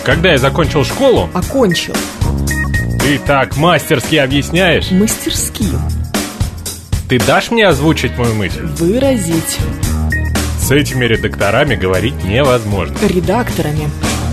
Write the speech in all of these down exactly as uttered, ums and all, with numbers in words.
Когда я закончил школу... Окончил. Ты так мастерски объясняешь. Мастерски. Ты дашь мне озвучить мою мысль? Выразить. С этими редакторами говорить невозможно. Редакторами.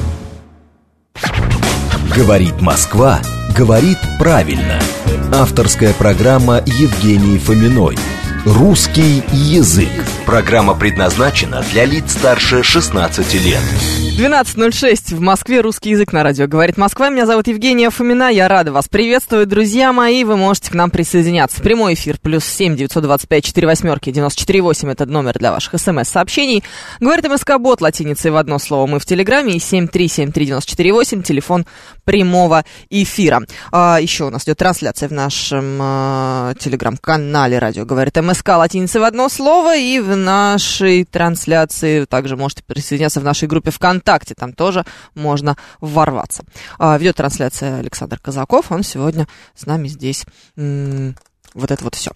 Говорит Москва, говорит правильно. Авторская программа Евгении Фоминой. Русский язык. Программа предназначена для лиц старше шестнадцати лет. двенадцать ноль шесть в Москве. Русский язык на радио «Говорит Москва». Меня зовут Евгения Фомина. Я рада вас приветствовать, друзья мои. Вы можете к нам присоединяться. Прямой эфир плюс семь девятьсот двадцать пять четыре восьмерки девяносто четыре восемь. Это номер для ваших смс-сообщений. Говорит МСК-бот латиницей в одно слово. Мы в Телеграме. И семь три семь три девяносто четыре восемь. Телефон прямого эфира. А, еще у нас идет трансляция в нашем а, Телеграм-канале «Радио Говорит МСК» латиницей в одно слово. И в нашей трансляции также можете присоединяться в нашей группе ВКонтакте. Там тоже можно ворваться. А, ведет трансляция Александр Казаков. Он сегодня с нами здесь. М- вот это вот все.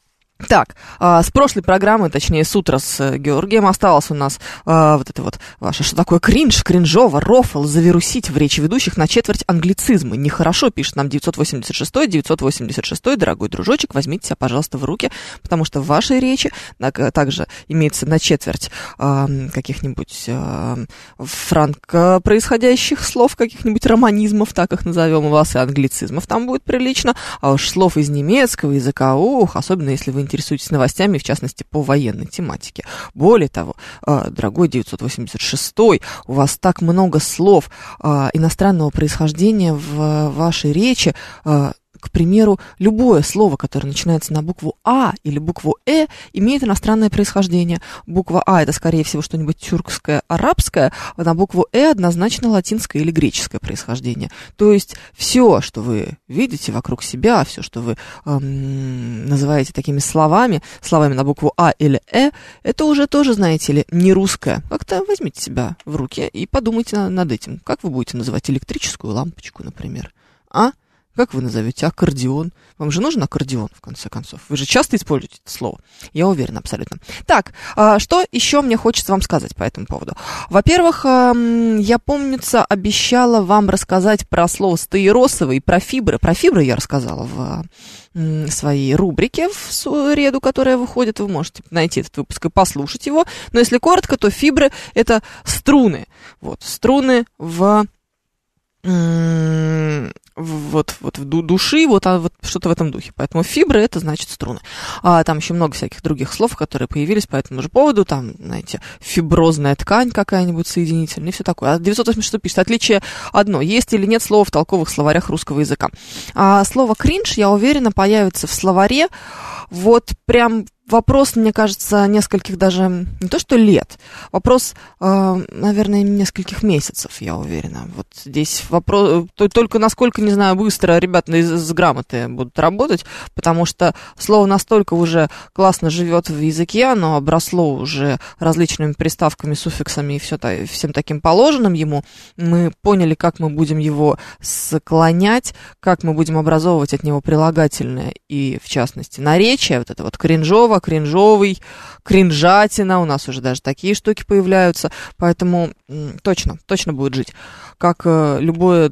Так, а, с прошлой программы, точнее, с утра с Георгием осталось у нас а, вот это вот ваше, что такое кринж, кринжово, рофл, завирусить в речи ведущих на четверть англицизмы. Нехорошо, пишет нам девятьсот восемьдесят шесть, девятьсот восемьдесят шесть, дорогой дружочек, возьмите себя, пожалуйста, в руки, потому что в вашей речи также имеется на четверть а, каких-нибудь а, франко-происходящих слов, каких-нибудь романизмов, так их назовем, у вас и англицизмов там будет прилично, а уж слов из немецкого языка, ух, особенно если вы интересуетесь новостями, в частности, по военной тематике. Более того, дорогой девятьсот восемьдесят шесть, у вас так много слов иностранного происхождения в вашей речи. К примеру, любое слово, которое начинается на букву А или букву Э, имеет иностранное происхождение. Буква А — это, скорее всего, что-нибудь тюркское, арабское, а на букву Э однозначно латинское или греческое происхождение. То есть все, что вы видите вокруг себя, все, что вы эм, называете такими словами, словами на букву А или Э, это уже тоже, знаете ли, не русское. Как-то возьмите себя в руки и подумайте над этим. Как вы будете называть электрическую лампочку, например? А? Как вы назовете аккордеон? Вам же нужен аккордеон, в конце концов. Вы же часто используете это слово. Я уверена абсолютно. Так, что еще мне хочется вам сказать по этому поводу? Во-первых, я, помнится, обещала вам рассказать про слово стаиросово и про фибры. Про фибры я рассказала в своей рубрике в среду, которая выходит. Вы можете найти этот выпуск и послушать его. Но если коротко, то фибры — это струны. Вот, струны в... Вот, вот в души, вот, а вот что-то в этом духе. Поэтому фибры — это значит струны. А там еще много всяких других слов, которые появились по этому же поводу. Там, знаете, фиброзная ткань какая-нибудь соединительная и все такое. А девятьсот восемьдесят шесть пишет: отличие одно: есть или нет слова в толковых словарях русского языка. А слово кринж, я уверена, появится в словаре вот прям... Вопрос, мне кажется, нескольких даже, не то что лет, вопрос, э, наверное, нескольких месяцев, я уверена. Вот здесь вопрос, только насколько, не знаю, быстро ребята из, из грамоты будут работать, потому что слово настолько уже классно живет в языке, оно обросло уже различными приставками, суффиксами и все, всем таким положенным ему. Мы поняли, как мы будем его склонять, как мы будем образовывать от него прилагательное и, в частности, наречие, вот это вот кринжово, кринжовый, кринжатина, у нас уже даже такие штуки появляются, поэтому м, точно, точно будет жить, как э, любое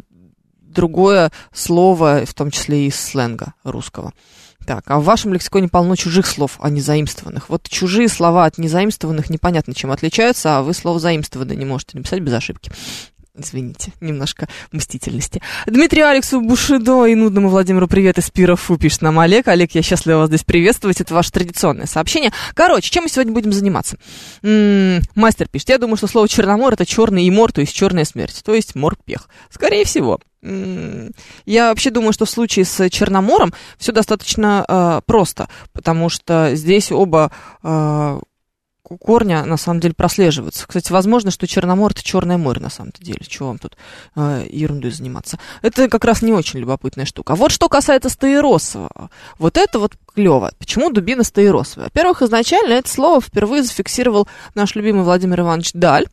другое слово, в том числе и из сленга русского. Так, а в вашем лексиконе полно чужих слов, а не заимствованных. Вот чужие слова от незаимствованных непонятно чем отличаются, а вы слово заимствованное не можете написать без ошибки. Извините, немножко мстительности. Дмитрию, Алексу, Бушидо и нудному Владимиру привет из Пиров-Фу, пишет нам Олег. Олег, я счастлива вас здесь приветствовать. Это ваше традиционное сообщение. Короче, чем мы сегодня будем заниматься? М-м, мастер пишет: я думаю, что слово Черномор — это черный имор, то есть черная смерть, то есть морпех. Скорее всего. М-м, я вообще думаю, что в случае с Черномором все достаточно э, просто, потому что здесь оба... Э, корня, на самом деле, прослеживаются. Кстати, возможно, что Черномор — это Черное море, на самом деле. Чего вам тут э, ерундой заниматься? Это как раз не очень любопытная штука. А вот что касается стаиросового. Вот это вот клево. Почему дубина стаиросовая? Во-первых, изначально это слово впервые зафиксировал наш любимый Владимир Иванович Даль.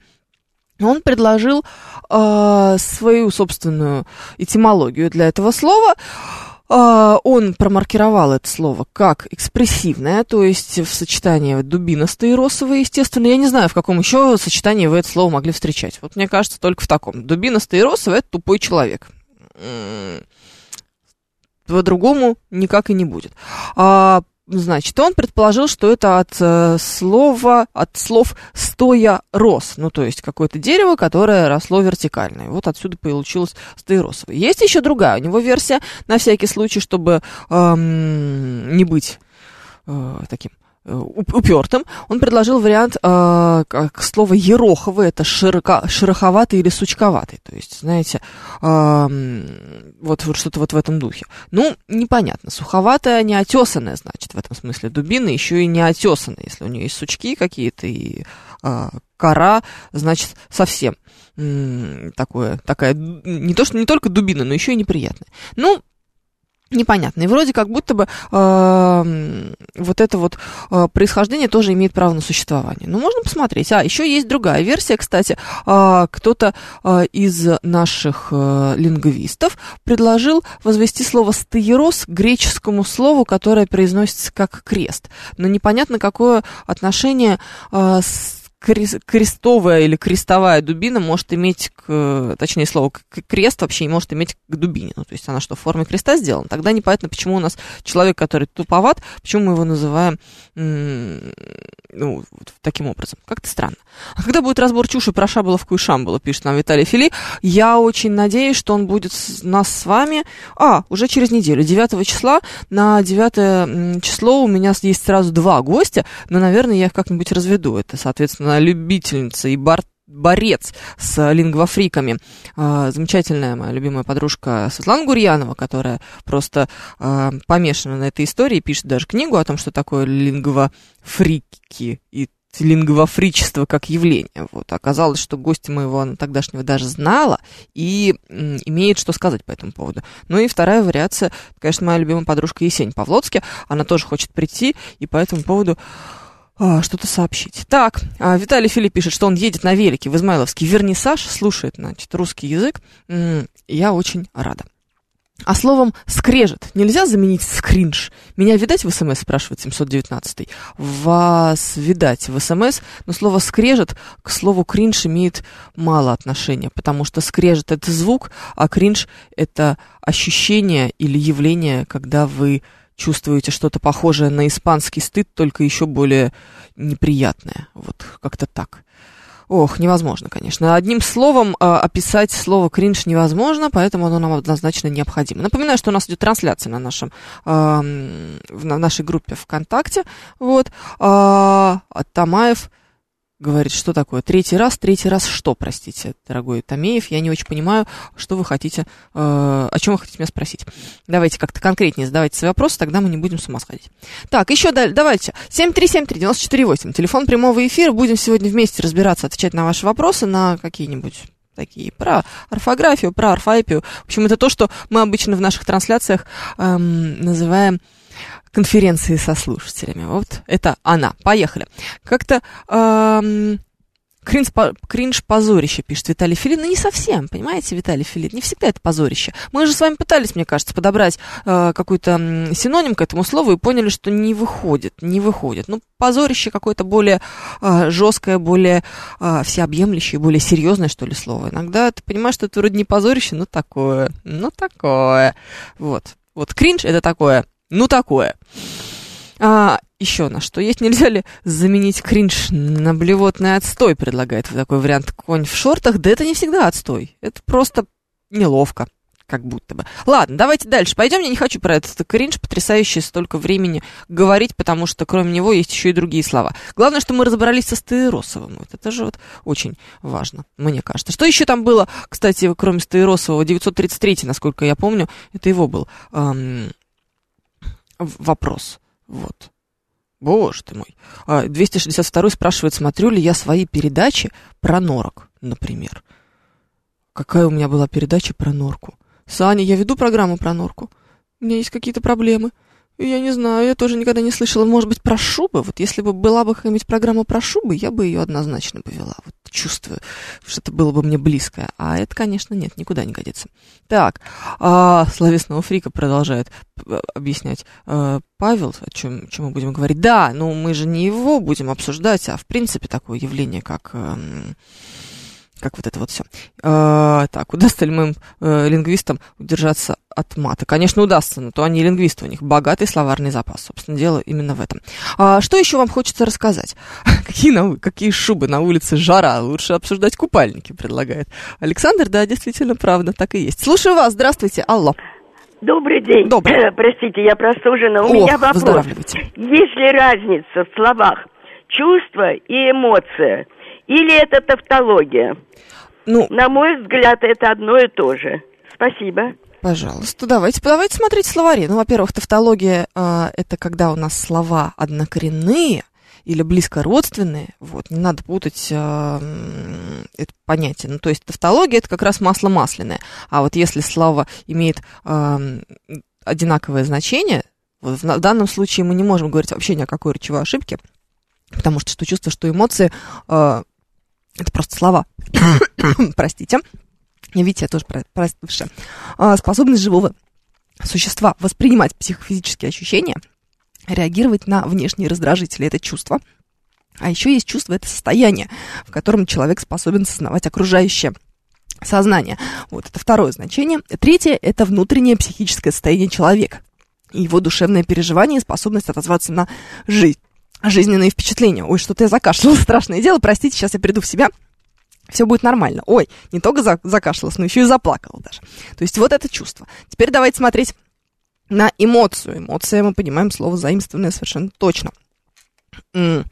Он предложил э, свою собственную этимологию для этого слова. Он промаркировал это слово как экспрессивное, то есть в сочетании дубина стаиросовая, естественно. Я не знаю, в каком еще сочетании вы это слово могли встречать. Вот мне кажется, только в таком. Дубина стаиросовая — это тупой человек. По-другому никак и не будет. А, значит, он предположил, что это от э, слова, от слов «стоя рос», ну, то есть какое-то дерево, которое росло вертикально. И вот отсюда получилось стаиросовое. Есть еще другая у него версия, на всякий случай, чтобы эм, не быть э, таким упертым. Он предложил вариант э, как слово «ероховый», это широко, шероховатый или сучковатый, то есть, знаете, э, вот, вот что-то вот в этом духе. Ну, непонятно, суховатая, неотесанная, значит, в этом смысле дубина, еще и неотесанная, если у нее есть сучки какие-то и э, кора, значит, совсем м- такое, такая, не то, что не только дубина, но еще и неприятная. Ну, непонятно. И вроде как будто бы э, вот это вот э, происхождение тоже имеет право на существование. Ну, можно посмотреть. А, еще есть другая версия, кстати. Э, кто-то э, из наших э, лингвистов предложил возвести слово «стаирос» к греческому слову, которое произносится как «крест». Но непонятно, какое отношение э, с крестовая или крестовая дубина может иметь, к, точнее слово крест вообще может иметь к дубине. Ну, то есть она что, в форме креста сделана? Тогда непонятно, почему у нас человек, который туповат, почему мы его называем м- ну, таким образом. Как-то странно. А когда будет разбор чуши про Шаболовку и Шамбалу, пишет нам Виталий Фили, я очень надеюсь, что он будет с нас с вами, а, уже через неделю, девятого числа. На девятое число у меня есть сразу два гостя, но, наверное, я их как-нибудь разведу. Это, соответственно, любительница и бар, борец с лингвофриками. Э, замечательная моя любимая подружка Светлана Гурьянова, которая просто э, помешана на этой истории, пишет даже книгу о том, что такое лингвофрики и лингвофричество как явление. Вот. Оказалось, что гостя моего она тогдашнего даже знала и м, имеет что сказать по этому поводу. Ну и вторая вариация, конечно, моя любимая подружка Есень Павлоцки, она тоже хочет прийти и по этому поводу что-то сообщить. Так, Виталий Филипп пишет, что он едет на велике в Измайловский вернисаж, слушает, значит, русский язык. Я очень рада. А словом «скрежет» нельзя заменить «скринж»? Меня видать в СМС, спрашивает семьсот девятнадцатый. Вас видать в СМС, но слово «скрежет» к слову «кринж» имеет мало отношения, потому что «скрежет» — это звук, а «кринж» — это ощущение или явление, когда вы чувствуете что-то похожее на испанский стыд, только еще более неприятное. Вот как-то так. Ох, невозможно, конечно. Одним словом э, описать слово «кринж» невозможно, поэтому оно нам однозначно необходимо. Напоминаю, что у нас идет трансляция на, нашем, э, в нашей группе ВКонтакте. Вот. Э, Тамаев говорит, что такое третий раз, третий раз что, простите, дорогой Тамеев, я не очень понимаю, что вы хотите, э, о чем вы хотите меня спросить. Давайте как-то конкретнее задавайте свои вопросы, тогда мы не будем с ума сходить. Так, еще далее, давайте, семь три семь три девять четыре восемь, телефон прямого эфира, будем сегодня вместе разбираться, отвечать на ваши вопросы, на какие-нибудь такие, про орфографию, про орфоэпию. В общем, это то, что мы обычно в наших трансляциях эм, называем конференции со слушателями. Вот это она. Поехали. Как-то эм, кринж, кринж позорище, пишет Виталий Филин. Ну, не совсем, понимаете, Виталий Филин. Не всегда это позорище. Мы же с вами пытались, мне кажется, подобрать э, какой-то синоним к этому слову и поняли, что не выходит, не выходит. Ну, позорище какое-то более э, жесткое, более э, всеобъемлющее, более серьезное, что ли, слово. Иногда ты понимаешь, что это вроде не позорище, но такое, ну, такое. Вот. Вот кринж — это такое. Ну, такое. А, еще на что есть. Нельзя ли заменить кринж на блевотный отстой, предлагает такой вариант конь в шортах. Да это не всегда отстой. Это просто неловко, как будто бы. Ладно, давайте дальше пойдем. Я не хочу про этот кринж, потрясающий, столько времени говорить, потому что кроме него есть еще и другие слова. Главное, что мы разобрались со стаиросовым. Вот это же вот очень важно, мне кажется. Что еще там было, кстати, кроме стаиросового? девятьсот тридцать третий, насколько я помню, это его был эм, вопрос. Вот. Боже ты мой. двести шестьдесят второй спрашивает, смотрю ли я свои передачи про норок, например. Какая у меня была передача про норку? Саня, я веду программу про норку. У меня есть какие-то проблемы. Я не знаю, я тоже никогда не слышала, может быть, про шубы. Вот если бы была бы какая-нибудь программа про шубы, я бы ее однозначно повела. Вот чувствую, что это было бы мне близкое. А это, конечно, нет, никуда не годится. Так, а, словесного фрика продолжает объяснять а, Павел, о чем, чем мы будем говорить. Да, ну мы же не его будем обсуждать, а в принципе такое явление, как... А, как вот это вот все. А, так, удастся ли моим э, лингвистам удержаться от мата? Конечно, удастся, но то они лингвисты, у них богатый словарный запас. Собственно, дело именно в этом. А, что еще вам хочется рассказать? Какие, на, какие шубы на улице, жара? Лучше обсуждать купальники, предлагает Александр. Да, действительно, правда, так и есть. Слушаю вас, здравствуйте, алло. Добрый день. Добрый. Простите, я простужена. У Ох, меня вопрос. выздоравливайте. Есть ли разница в словах чувство и эмоция? Или это тавтология? Ну, на мой взгляд, это одно и то же. Спасибо. Пожалуйста, давайте, давайте смотреть словари. Ну, во-первых, тавтология э, – это когда у нас слова однокоренные или близко родственные. Вот, не надо путать э, это понятие. Ну, то есть тавтология – это как раз масло масляное. А вот если слово имеет э, одинаковое значение, вот в, в данном случае мы не можем говорить вообще ни о какой речевой ошибке, потому что что чувство, что эмоции э, – это просто слова. Простите. Видите, я тоже простывшая. Способность живого существа воспринимать психофизические ощущения, реагировать на внешние раздражители – это чувство. А еще есть чувство – это состояние, в котором человек способен осознавать окружающее сознание. Вот это второе значение. Третье – это внутреннее психическое состояние человека. И его душевное переживание и способность отозваться на жизнь. Жизненные впечатления. Ой, что-то я закашлялась, страшное дело. Простите, сейчас я приду в себя. Все будет нормально. Ой, не только за- закашлялась, но еще и заплакала даже. То есть вот это чувство. Теперь давайте смотреть на эмоцию. Эмоция, мы понимаем, слово заимствованное совершенно точно. М-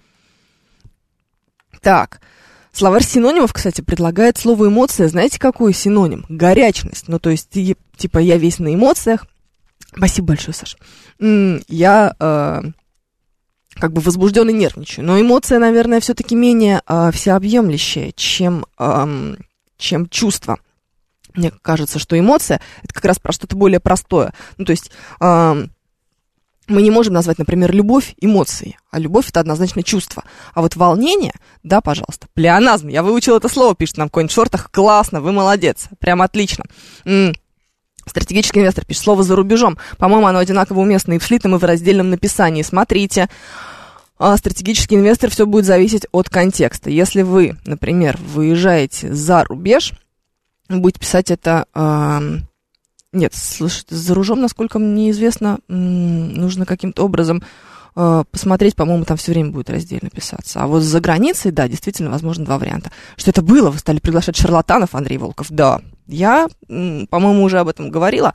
так, словарь синонимов, кстати, предлагает слово эмоция. Знаете, какой синоним? Горячность. Ну, то есть, типа, я весь на эмоциях. Спасибо большое, Саша. М- я... Э- как бы возбужден и нервничаю. Но эмоция, наверное, все-таки менее э, всеобъемлющая, чем, э, чем чувство. Мне кажется, что эмоция – это как раз про что-то более простое. Ну, то есть э, мы не можем назвать, например, любовь эмоцией, а любовь – это однозначно чувство. А вот волнение, да, пожалуйста, плеоназм. Я выучила это слово, пишет нам какой-нибудь в шортах. Классно, вы молодец, прям отлично. М-м. Стратегический инвестор пишет слово «за рубежом». По-моему, оно одинаково уместно и в слитном, и в раздельном написании. Смотрите, стратегический инвестор, все будет зависеть от контекста. Если вы, например, выезжаете за рубеж, будете писать это... Э, нет, слушайте, за рубежом, насколько мне известно, нужно каким-то образом э, посмотреть, по-моему, там все время будет раздельно писаться. А вот за границей, да, действительно, возможно, два варианта. Что это было? Вы стали приглашать шарлатанов, Андрей Волков? Да. Я, по-моему, уже об этом говорила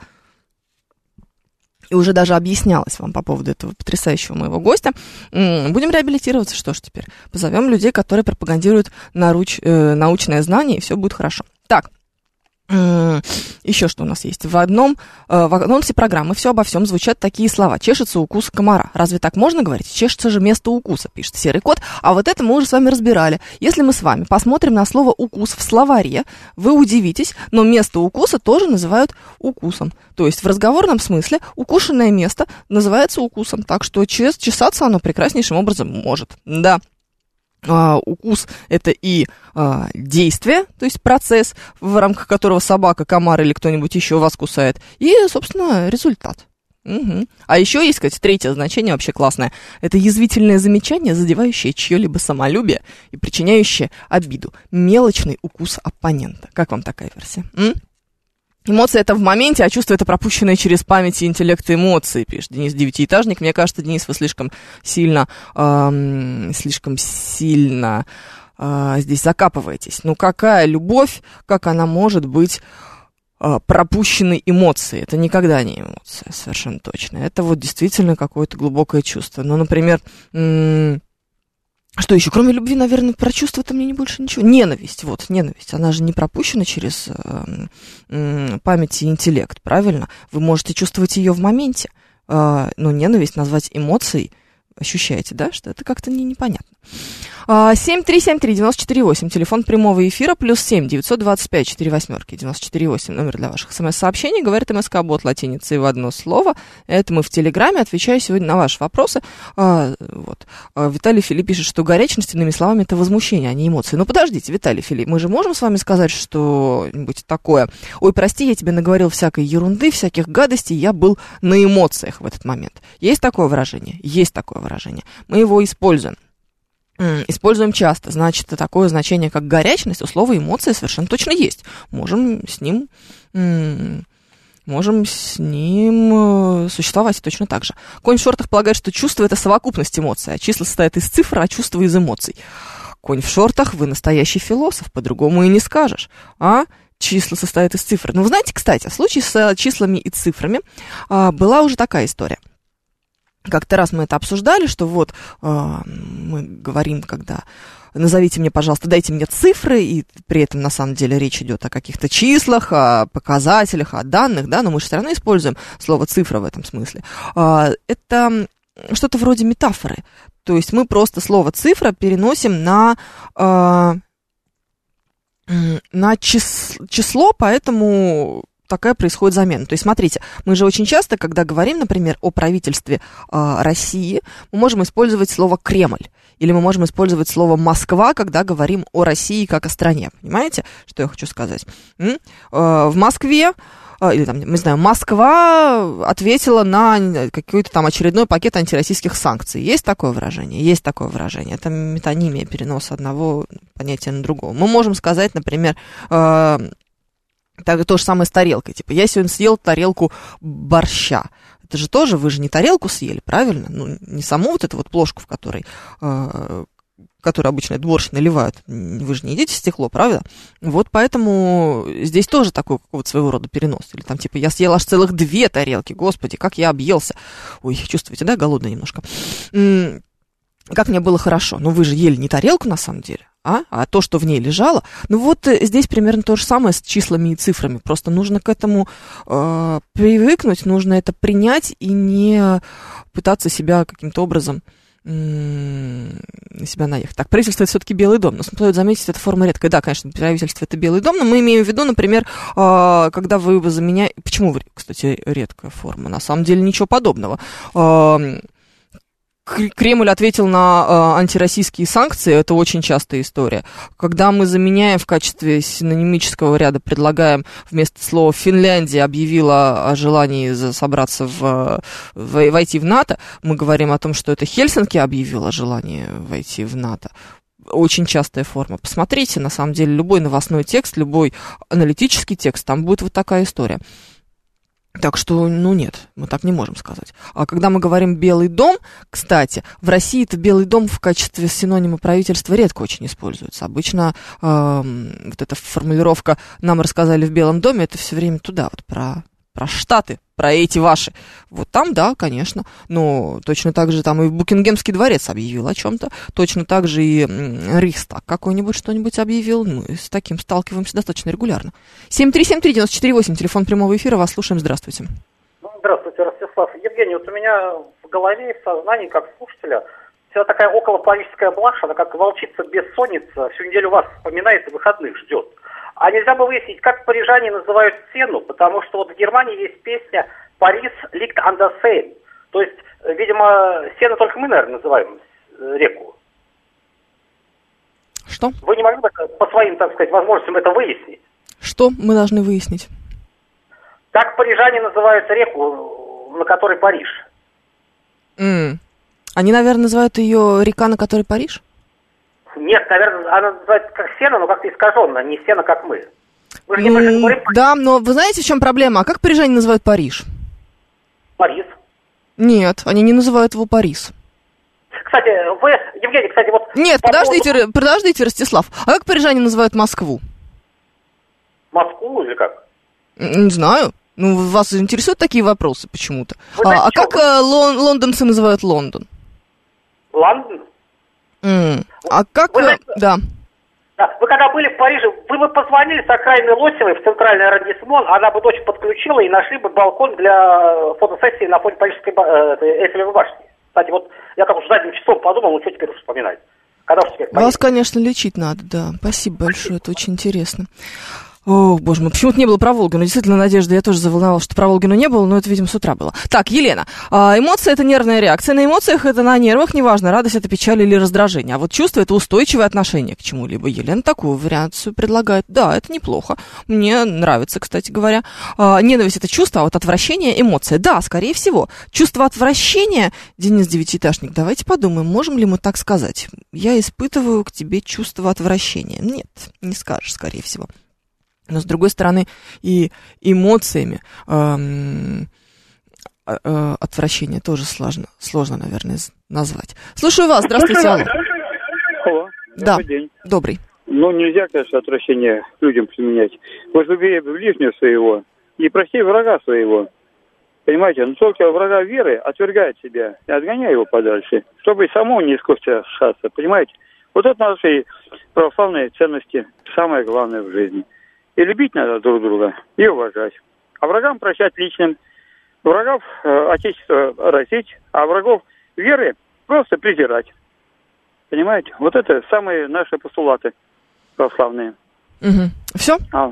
и уже даже объяснялась вам по поводу этого потрясающего моего гостя. Будем реабилитироваться, что ж теперь? Позовем людей, которые пропагандируют наруч, э, научное знание, и все будет хорошо. Так, еще что у нас есть? В одном, в анонсе программы «Все обо всем» звучат такие слова. Чешется укус комара. Разве так можно говорить? Чешется же место укуса, пишет серый кот. А вот это мы уже с вами разбирали. Если мы с вами посмотрим на слово «укус» в словаре, вы удивитесь, но место укуса тоже называют укусом. То есть в разговорном смысле укушенное место называется укусом. Так что чес- чесаться оно прекраснейшим образом может. Да. Uh, укус – это и uh, действие, то есть процесс, в рамках которого собака, комар или кто-нибудь еще вас кусает, и, собственно, результат. Угу. А еще есть, кстати, третье значение, вообще классное. Это язвительное замечание, задевающее чье-либо самолюбие и причиняющее обиду. Мелочный укус оппонента. Как вам такая версия? М? Эмоции – это в моменте, а чувство – это пропущенное через память и интеллект эмоции, пишет Денис Девятиэтажник. Мне кажется, Денис, вы слишком сильно, эм, слишком сильно э, здесь закапываетесь. Ну, какая любовь, как она может быть э, пропущенной эмоцией? Это никогда не эмоция, совершенно точно. Это вот действительно какое-то глубокое чувство. Ну, например... М- Что еще? Кроме любви, наверное, про чувства-то мне не больше ничего. Ненависть, вот, ненависть. Она же не пропущена через э, э, память и интеллект, правильно? Вы можете чувствовать ее в моменте. Э, но ненависть назвать эмоцией, ощущаете, да, что это как-то не, непонятно. семь три семь три девять четыре восемь, телефон прямого эфира, плюс семь девятьсот двадцать пять четыре восьмерки девяносто четыре восемь, номер для ваших смс-сообщений, говорит МСК-бот латиницей в одно слово. Это мы в Телеграме, отвечаю сегодня на ваши вопросы. А, вот. а, Виталий Филипп пишет, что горячность, иными словами, это возмущение, а не эмоции. Ну подождите, Виталий Филипп, мы же можем с вами сказать что-нибудь такое? Ой, прости, я тебе наговорил всякой ерунды, всяких гадостей, я был на эмоциях в этот момент. Есть такое выражение? Есть такое выражение. Мы его используем. Используем часто. Значит, такое значение, как горячность, у слова эмоция совершенно точно есть. Можем с ним, можем с ним существовать точно так же. Конь в шортах полагает, что чувство — это совокупность эмоций, а числа состоят из цифр, а чувства — из эмоций. Конь в шортах, вы настоящий философ, по-другому и не скажешь. А? Числа состоят из цифр. Ну, вы знаете, кстати, в случае с числами и цифрами а, была уже такая история. Как-то раз мы это обсуждали, что вот э, мы говорим, когда назовите мне, пожалуйста, дайте мне цифры, и при этом на самом деле речь идет о каких-то числах, о показателях, о данных, да, но мы же все равно используем слово цифра в этом смысле. Э, это что-то вроде метафоры. То есть мы просто слово цифра переносим на, э, на чис- число, поэтому... такая происходит замена. То есть, смотрите, мы же очень часто, когда говорим, например, о правительстве э, России, мы можем использовать слово «Кремль», или мы можем использовать слово «Москва», когда говорим о России как о стране. Понимаете, что я хочу сказать? М? Э, в Москве, э, или там, не знаю, Москва ответила на какой-то там очередной пакет антироссийских санкций. Есть такое выражение? Есть такое выражение. Это метонимия переноса одного понятия на другое. Мы можем сказать, например... Э, Так, то же самое с тарелкой. Типа, я сегодня съел тарелку борща. Это же тоже, вы же не тарелку съели, правильно? Ну, не саму вот эту вот плошку, в которой, э, которой обычно этот борщ наливают. Вы же не едите стекло, правда? Вот поэтому здесь тоже такой какого-то своего рода перенос. Или там, типа, я съел аж целых две тарелки. Господи, как я объелся. Ой, чувствуете, да, голодный немножко? М-м, как мне было хорошо. Но вы же ели не тарелку, на самом деле. А? а то, что в ней лежало. Ну вот здесь примерно то же самое с числами и цифрами. Просто нужно к этому э, привыкнуть, нужно это принять и не пытаться себя каким-то образом м- на себя наехать. Так, правительство — это все-таки Белый дом. Но стоит заметить, это форма редкая. Да, конечно, правительство — это Белый дом, но мы имеем в виду, например, э, когда вы заменяете... Почему, кстати, редкая форма? На самом деле ничего подобного. Э, Кремль ответил на э, антироссийские санкции, это очень частая история. Когда мы заменяем в качестве синонимического ряда, предлагаем вместо слова «Финляндия объявила о желании собраться в, в, войти в НАТО», мы говорим о том, что это Хельсинки объявил о желании войти в НАТО. Очень частая форма. Посмотрите, на самом деле, любой новостной текст, любой аналитический текст, там будет вот такая история. Так что, ну нет, мы так не можем сказать. А когда мы говорим «Белый дом», кстати, в России-то «Белый дом» в качестве синонима правительства редко очень используется. Обычно э, вот эта формулировка «нам рассказали в Белом доме» — это все время туда, вот про, про Штаты, про эти ваши. Вот там, да, конечно, но точно так же там и Букингемский дворец объявил о чем-то, точно так же и Рейхстаг какой-нибудь что-нибудь объявил. Мы с таким сталкиваемся достаточно регулярно. семь три семь три девять четыре восемь, телефон прямого эфира, вас слушаем, здравствуйте. Здравствуйте, Ростислав. Евгений, вот у меня в голове и в сознании, как слушателя, вся такая околопарижская блажь, она как волчица-бессонница, всю неделю вас вспоминает и выходных ждет. А нельзя бы выяснить, как парижане называют Сену, потому что вот в Германии есть песня «Парис liegt an der Seine». То есть, видимо, Сену только мы, наверное, называем реку. Что? Вы не могли бы по своим, так сказать, возможностям это выяснить? Что мы должны выяснить? Как парижане называют реку, на которой Париж? Mm. Они, наверное, называют ее река, на которой Париж? Нет, наверное, она называется как Сена, но как-то искаженно, не Сена, как мы. мы mm, говорим... Да, но вы знаете, в чем проблема? А как парижане называют Париж? Парис. Нет, они не называют его Парис. Кстати, вы, Евгений, кстати, вот... Нет, по подождите, поводу... подождите, Ростислав. А как парижане называют Москву? Москву или как? Не знаю. Ну, вас интересуют такие вопросы почему-то. Знаете, а а как вы... лон- лондонцы называют Лондон? Лондон? Mm. А как... Вы, знаете, да. да. Вы когда были в Париже, вы бы позвонили с окраины Лосевой в центральный аррondissement, она бы дочь подключила и нашли бы балкон для фотосессии на фоне Парижской э, Эйфелевой башни. Кстати, вот я как уж задним числом подумал, ну что теперь уж вспоминать. Когда в цвет Вас, конечно, лечить надо, да. Спасибо большое, это очень интересно. О, боже мой, почему-то не было про Волгину. Действительно, Надежда, я тоже заволновалась, что про Волгину не было, но это, видимо, с утра было. Так, Елена, а, эмоции – это нервная реакция. На эмоциях это на нервах, неважно, радость это печаль или раздражение. А вот чувство – это устойчивое отношение к чему-либо. Елена такую вариацию предлагает. Да, это неплохо. Мне нравится, кстати говоря. А, ненависть – это чувство, а вот отвращение – эмоция. Да, скорее всего. Чувство отвращения, Денис Девятиэтажник, давайте подумаем, можем ли мы так сказать. Я испытываю к тебе чувство отвращения. Нет, не скажешь, скорее всего. Но, с другой стороны, и эмоциями эм, э, отвращение тоже сложно, сложно, наверное, назвать. Слушаю вас. Здравствуйте, алло. Алло. Да, Добрый день. Добрый. Ну, нельзя, конечно, отвращение к людям применять. Возлюби ближнего своего и прости врага своего. Понимаете, но только врага веры отвергает себя и отгоняй его подальше, чтобы самому не искушаться, понимаете? Вот это наши православные ценности, самое главное в жизни. И любить надо друг друга, и уважать. А врагам прощать личным. Врагов э, Отечества разить, а врагов веры просто презирать. Понимаете? Вот это самые наши постулаты православные. Угу. Все? А.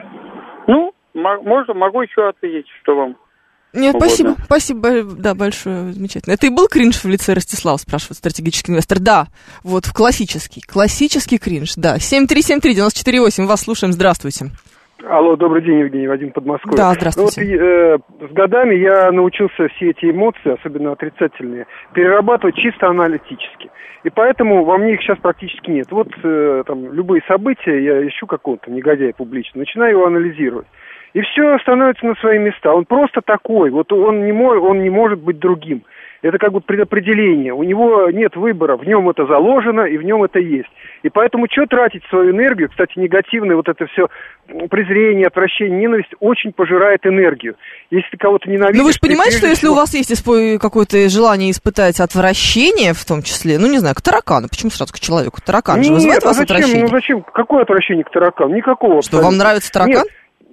Ну, м- можно, могу еще ответить, что вам Нет, угодно. спасибо, спасибо, да, большое, замечательно. Это и был кринж в лице Ростислава, спрашивает стратегический инвестор. Да, вот в классический, классический кринж, да. семь три семь три девять четыре восемь, вас слушаем, здравствуйте. Алло, добрый день, Евгений, Вадим, Подмосковье. Да, здравствуйте. Ну, вот, э, с годами я научился все эти эмоции, особенно отрицательные, перерабатывать чисто аналитически. И поэтому во мне их сейчас практически нет. Вот э, там любые события, я ищу какого-то негодяя публично, начинаю его анализировать. И все становится на свои места. Он просто такой, вот он не, мой, он не может быть другим. Это как бы предопределение. У него нет выбора, в нем это заложено, и в нем это есть. И поэтому что тратить свою энергию? Кстати, негативное вот это все презрение, отвращение, ненависть очень пожирает энергию. Если ты кого-то ненавидишь... Ну вы же понимаете, что если всего... у вас есть какое-то желание испытать отвращение, в том числе, ну не знаю, к таракану, почему сразу к человеку? Таракан же вызывает Нет, вас а зачем? отвращение? Ну зачем? Какое отвращение к таракану? Никакого. Что, вам нравится таракан? Нет.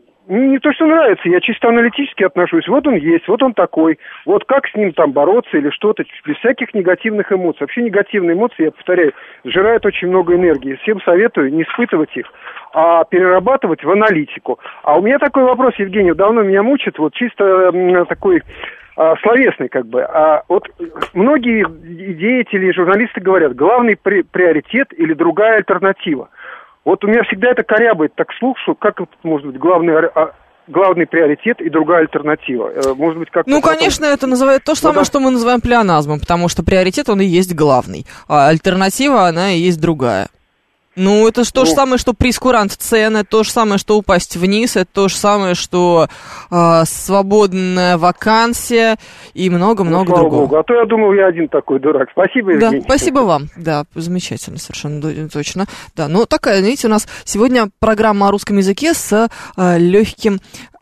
Не то, что нравится, я чисто аналитически отношусь. Вот он есть, вот он такой. Вот как с ним там бороться или что-то, без всяких негативных эмоций. Вообще негативные эмоции, я повторяю, сжирают очень много энергии. Всем советую не испытывать их, а перерабатывать в аналитику. А у меня такой вопрос, Евгений, давно меня мучит, вот чисто такой а, словесный как бы. А вот многие деятели и журналисты говорят, главный при- приоритет или другая альтернатива. Вот у меня всегда это корябает так слух, что как это может быть главный, главный приоритет и другая альтернатива? Может быть, как-то... Ну, конечно, потом... это называют то же самое, ну, да. что мы называем плеоназмом, потому что приоритет, он и есть главный, а альтернатива, она и есть другая. Ну, это же то ну, же самое, что прейскурант цены, то же самое, что упасть вниз, это то же самое, что э, свободная вакансия и много-много ну, другого. Богу. А то я думал, я один такой дурак. Спасибо, Евгений. Да, спасибо вам. Да, замечательно, совершенно точно. Да, ну, такая, видите, у нас сегодня программа о русском языке с э, легким...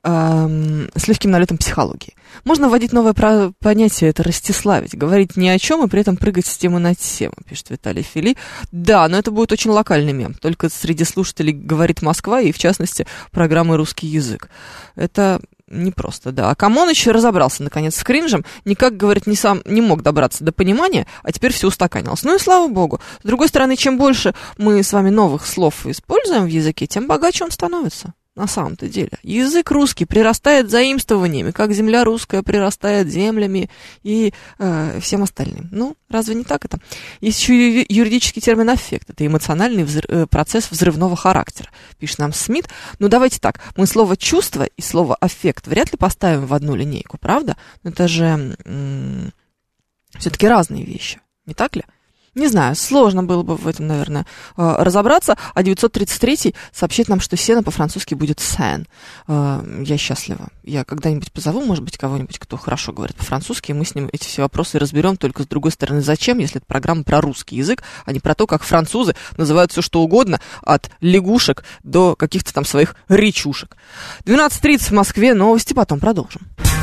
с легким налетом психологии. Можно вводить новое понятие, это растиславить, говорить ни о чем и при этом прыгать с темы на тему, пишет Виталий Фили. Да, но это будет очень локальный мем, только среди слушателей «Говорит Москва» и, в частности, программы «Русский язык». Это непросто, да. А Камоныч разобрался, наконец, с кринжем, никак, говорит, не сам не мог добраться до понимания, а теперь все устаканилось. Ну и слава богу. С другой стороны, чем больше мы с вами новых слов используем в языке, тем богаче он становится. На самом-то деле. Язык русский прирастает заимствованиями, как земля русская прирастает землями и э, всем остальным. Ну, разве не так это? Есть еще юридический термин «аффект». Это эмоциональный взрыв, процесс взрывного характера, пишет нам Смит. Ну, давайте так. Мы слово «чувство» и слово «аффект» вряд ли поставим в одну линейку, правда? Но это же м- все-таки разные вещи, не так ли? Не знаю, сложно было бы в этом, наверное, разобраться. А девятьсот тридцать третий сообщает нам, что сено по-французски будет «сен». Я счастлива. Я когда-нибудь позову, может быть, кого-нибудь, кто хорошо говорит по-французски, и мы с ним эти все вопросы разберем. Только с другой стороны, зачем, если это программа про русский язык, а не про то, как французы называют все что угодно, от лягушек до каких-то там своих речушек. двенадцать тридцать в Москве, новости, потом продолжим.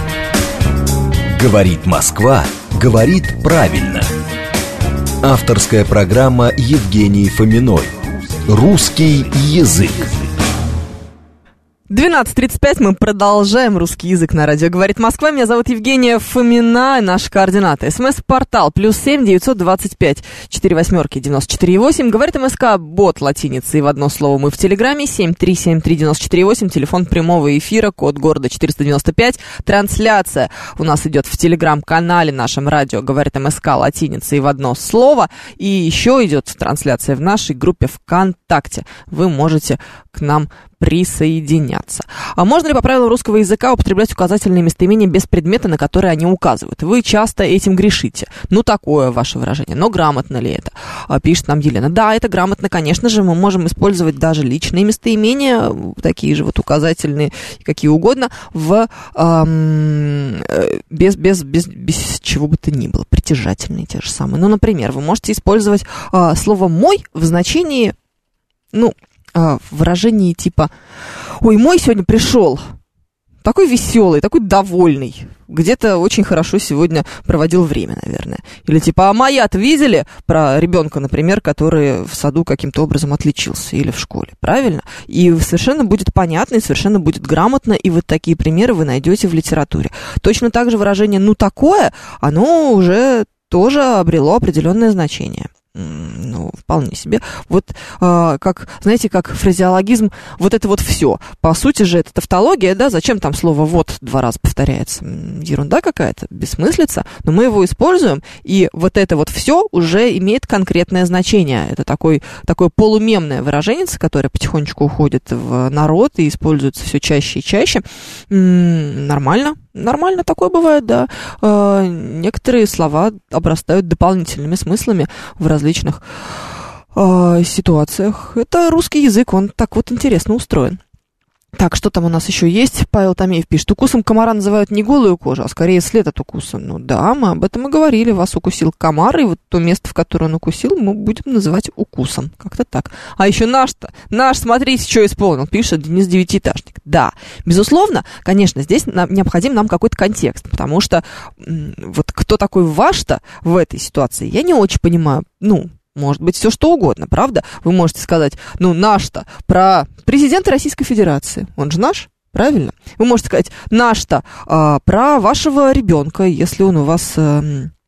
Говорит Москва, говорит правильно. Авторская программа Евгении Фоминой. Русский язык. двенадцать тридцать пять, мы продолжаем русский язык на радио. Говорит Москва, меня зовут Евгения Фомина, наши координаты. СМС-портал плюс семь девятьсот двадцать пять четыре восьмерки девяносто четыре восемь. Говорит МСК, бот латиницей в одно слово. Мы в Телеграме семь три семь три девяносто четыре восемь, телефон прямого эфира, код города четыреста девяносто пять. Трансляция у нас идет в Телеграм-канале нашем радио, говорит МСК, латиницей в одно слово. И еще идет трансляция в нашей группе ВКонтакте. Вы можете к нам присоединяться. А можно ли по правилам русского языка употреблять указательные местоимения без предмета, на которые они указывают? Вы часто этим грешите. Ну, такое ваше выражение. Но грамотно ли это? Пишет нам Елена. Да, это грамотно, конечно же. Мы можем использовать даже личные местоимения, такие же вот указательные, какие угодно, в, эм, без, без, без, без чего бы то ни было. Притяжательные те же самые. Ну, например, вы можете использовать э, слово «мой» в значении, ну, в выражении типа «Ой, мой сегодня пришел, такой веселый, такой довольный, где-то очень хорошо сегодня проводил время, наверное». Или типа «А моя-то видели?» про ребенка, например, который в саду каким-то образом отличился или в школе, правильно? И совершенно будет понятно, и совершенно будет грамотно, и вот такие примеры вы найдете в литературе. Точно так же выражение «ну такое», оно уже тоже обрело определенное значение. Ну, вполне себе. Вот, э, как, знаете, как фразеологизм, вот это вот все. По сути же, это тавтология, да, зачем там слово «вот» два раза повторяется? Ерунда какая-то, бессмыслица, но мы его используем, и вот это вот все уже имеет конкретное значение. Это такой, такое полумемное выражение, которое потихонечку уходит в народ и используется все чаще и чаще. М-м, нормально. Нормально такое бывает, да. Э, некоторые слова обрастают дополнительными смыслами в различных э, ситуациях. Это русский язык, он так вот интересно устроен. Так, что там у нас еще есть? Павел Томеев пишет: укусом комара называют не голую кожу, а скорее след от укуса. Ну да, мы об этом и говорили. Вас укусил комар, и вот то место, в которое он укусил, мы будем называть укусом. Как-то так. А еще наш-то, наш, смотрите, что исполнил, пишет Денис Девятиэтажник. Да, безусловно, конечно, здесь нам, необходим нам какой-то контекст, потому что м- вот кто такой ваш-то в этой ситуации, я не очень понимаю. Ну, может быть, все что угодно, правда? Вы можете сказать, ну, наш-то, про президента Российской Федерации. Он же наш, правильно? Вы можете сказать, наш-то, а, про вашего ребенка, если он у вас а,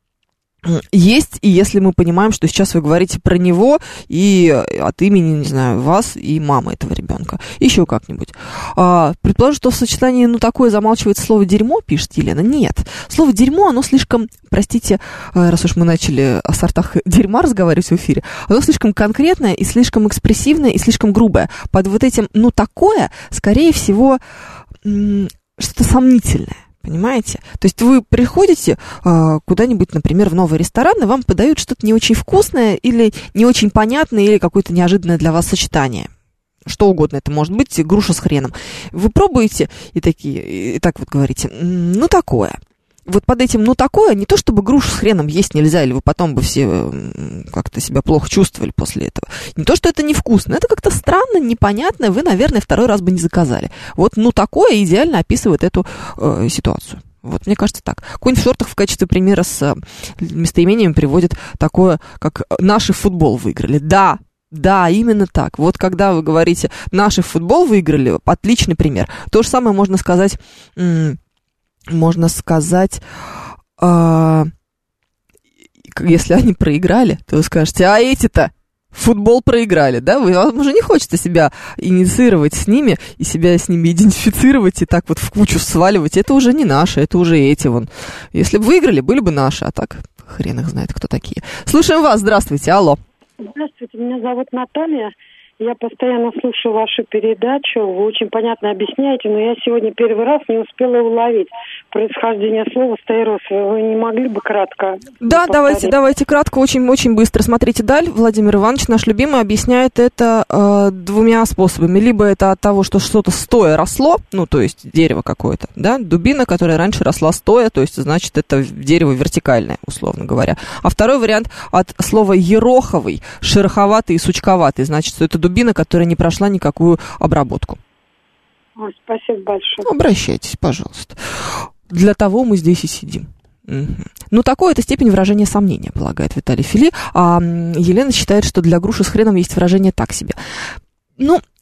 есть, и если мы понимаем, что сейчас вы говорите про него и от имени, не знаю, вас и мамы этого ребенка. Еще как-нибудь. А, предположу, что в сочетании, ну, такое замалчивается слово «дерьмо», пишет Елена. Нет. Слово «дерьмо», оно слишком, простите, раз уж мы начали о сортах дерьма разговаривать в эфире, оно слишком конкретное и слишком экспрессивное и слишком грубое. Под вот этим «ну, такое», скорее всего, м- что-то сомнительное. Понимаете? То есть вы приходите э, куда-нибудь, например, в новый ресторан, и вам подают что-то не очень вкусное или не очень понятное, или какое-то неожиданное для вас сочетание. Что угодно это может быть, груша с хреном. Вы пробуете и такие, и так вот говорите, ну такое. Вот под этим «ну такое» не то, чтобы грушу с хреном есть нельзя, или вы потом бы все как-то себя плохо чувствовали после этого. Не то, что это невкусно, это как-то странно, непонятно, вы, наверное, второй раз бы не заказали. Вот «ну такое» идеально описывает эту э, ситуацию. Вот, мне кажется, так. Конь в шортах в качестве примера с э, местоимениями приводит такое, как «наши в футбол выиграли». Да, да, именно так. Вот когда вы говорите «наши в футбол выиграли», отличный пример. То же самое можно сказать... М- Можно сказать, э, если они проиграли, то вы скажете, а эти-то футбол проиграли, да? Вы, вам уже не хочется себя инициировать с ними и себя с ними идентифицировать и так вот в кучу сваливать. Это уже не наши, это уже эти вон. Если бы выиграли, были бы наши, а так хрен их знает, кто такие. Слушаем вас, здравствуйте, алло. Здравствуйте, меня зовут Наталья. Я постоянно слушаю вашу передачу, вы очень понятно объясняете, но я сегодня первый раз не успела уловить происхождение слова «стаирос». Вы не могли бы кратко? Да, давайте, давайте кратко, очень-очень быстро. Смотрите, Даль, Владимир Иванович, наш любимый, объясняет это э, двумя способами. Либо это от того, что что-то стоя росло, ну, то есть дерево какое-то, да, дубина, которая раньше росла стоя, то есть, значит, это дерево вертикальное, условно говоря. А второй вариант от слова «ероховый», шероховатый и сучковатый, значит, что это дубина, которая не прошла никакую обработку. Ой, спасибо большое. Обращайтесь, пожалуйста. Для того мы здесь и сидим. Угу. Ну, такое это степень выражения сомнения, полагает Виталий Фили. А Елена считает, что для груши с хреном есть выражение «так себе». Ну,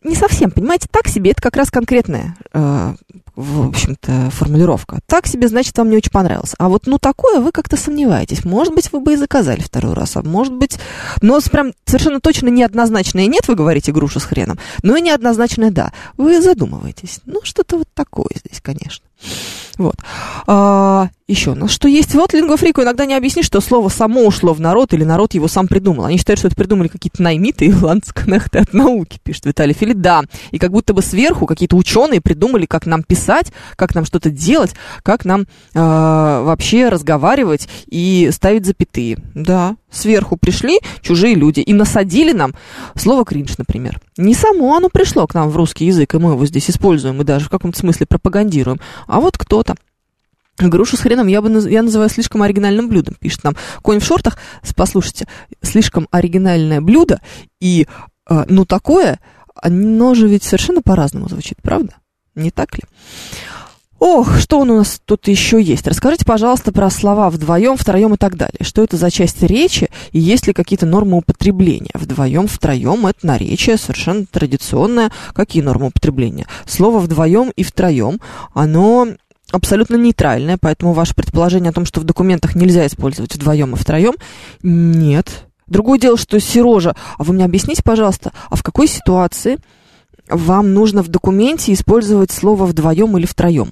не совсем, понимаете, так себе, это как раз конкретная, э, в общем-то, формулировка. Так себе, значит, вам не очень понравилось. А вот ну такое вы как-то сомневаетесь. Может быть, вы бы и заказали второй раз, а может быть... Но прям совершенно точно неоднозначное нет, вы говорите, груша с хреном, но и неоднозначное да. Вы задумываетесь. Ну, что-то вот такое здесь, конечно. Вот. А, еще у нас что есть? Вот лингвофрику иногда не объяснишь, что слово само ушло в народ или народ его сам придумал. Они считают, что это придумали какие-то наймиты и ландскнехты от науки, пишет Виталий Филипп. Да, и как будто бы сверху какие-то ученые придумали, как нам писать, как нам что-то делать, как нам а, вообще разговаривать и ставить запятые. Да, сверху пришли чужие люди и насадили нам слово кринж, например. Не само оно пришло к нам в русский язык, и мы его здесь используем, и даже в каком-то смысле пропагандируем. А вот кто-то. Грушу с хреном я бы я называю слишком оригинальным блюдом, пишет нам Конь в шортах. Послушайте, слишком оригинальное блюдо и э, ну такое, оно же ведь совершенно по-разному звучит, правда? Не так ли? Ох, что у нас тут еще есть? Расскажите, пожалуйста, про слова вдвоем, втроем и так далее. Что это за часть речи и есть ли какие-то нормы употребления? Вдвоем, втроем — это наречие совершенно традиционное. Какие нормы употребления? Слово вдвоем и втроем, оно абсолютно нейтральное, поэтому ваше предположение о том, что в документах нельзя использовать вдвоем и втроем, нет. Другое дело, что, Сережа, а вы мне объясните, пожалуйста, а в какой ситуации вам нужно в документе использовать слово вдвоем или втроем?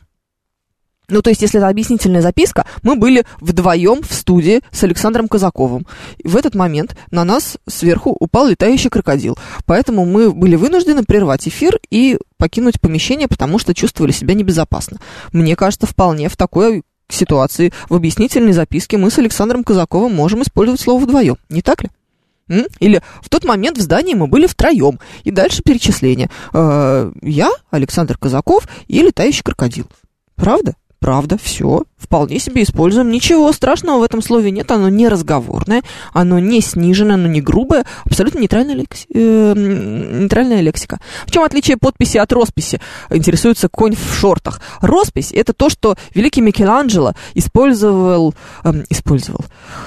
Ну, то есть, если это объяснительная записка, мы были вдвоем в студии с Александром Казаковым. И в этот момент на нас сверху упал летающий крокодил. Поэтому мы были вынуждены прервать эфир и покинуть помещение, потому что чувствовали себя небезопасно. Мне кажется, вполне в такой ситуации в объяснительной записке мы с Александром Казаковым можем использовать слово вдвоем. Не так ли? М? Или в тот момент в здании мы были втроем. И дальше перечисление. Э-э- я, Александр Казаков и летающий крокодил. Правда? Правда, все, вполне себе используем. Ничего страшного в этом слове нет, оно не разговорное, оно не сниженное, оно не грубое, абсолютно нейтральная, лекси... э, нейтральная лексика. В чем отличие подписи от росписи? Интересуется Конь в шортах. Роспись — это то, что великий Микеланджело использовал, э, использовал,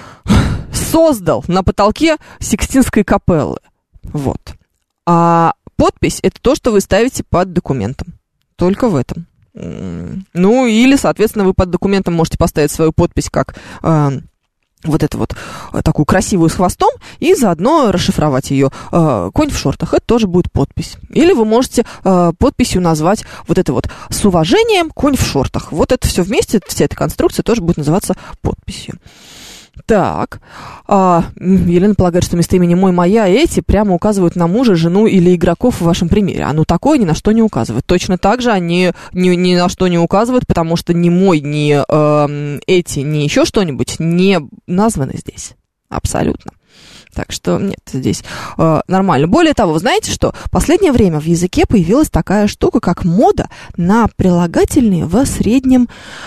создал на потолке Сикстинской капеллы. Вот. А подпись — это то, что вы ставите под документом. Только в этом. Ну, или, соответственно, вы под документом можете поставить свою подпись как э, вот эту вот такую красивую с хвостом и заодно расшифровать ее. Э, Конь в шортах — это тоже будет подпись. Или вы можете э, подписью назвать вот это вот с уважением Конь в шортах. Вот это все вместе, вся эта конструкция тоже будет называться подписью. Так, а, Елена полагает, что местоимение «мой», «моя» и «эти» прямо указывают на мужа, жену или игроков в вашем примере. А ну такое ни на что не указывает. Точно так же они ни, ни на что не указывают, потому что ни «мой», ни э, «эти», ни еще что-нибудь не названы здесь. Абсолютно. Так что нет, здесь э, нормально. Более того, вы знаете, что в последнее время в языке появилась такая штука, как мода на прилагательные в среднем,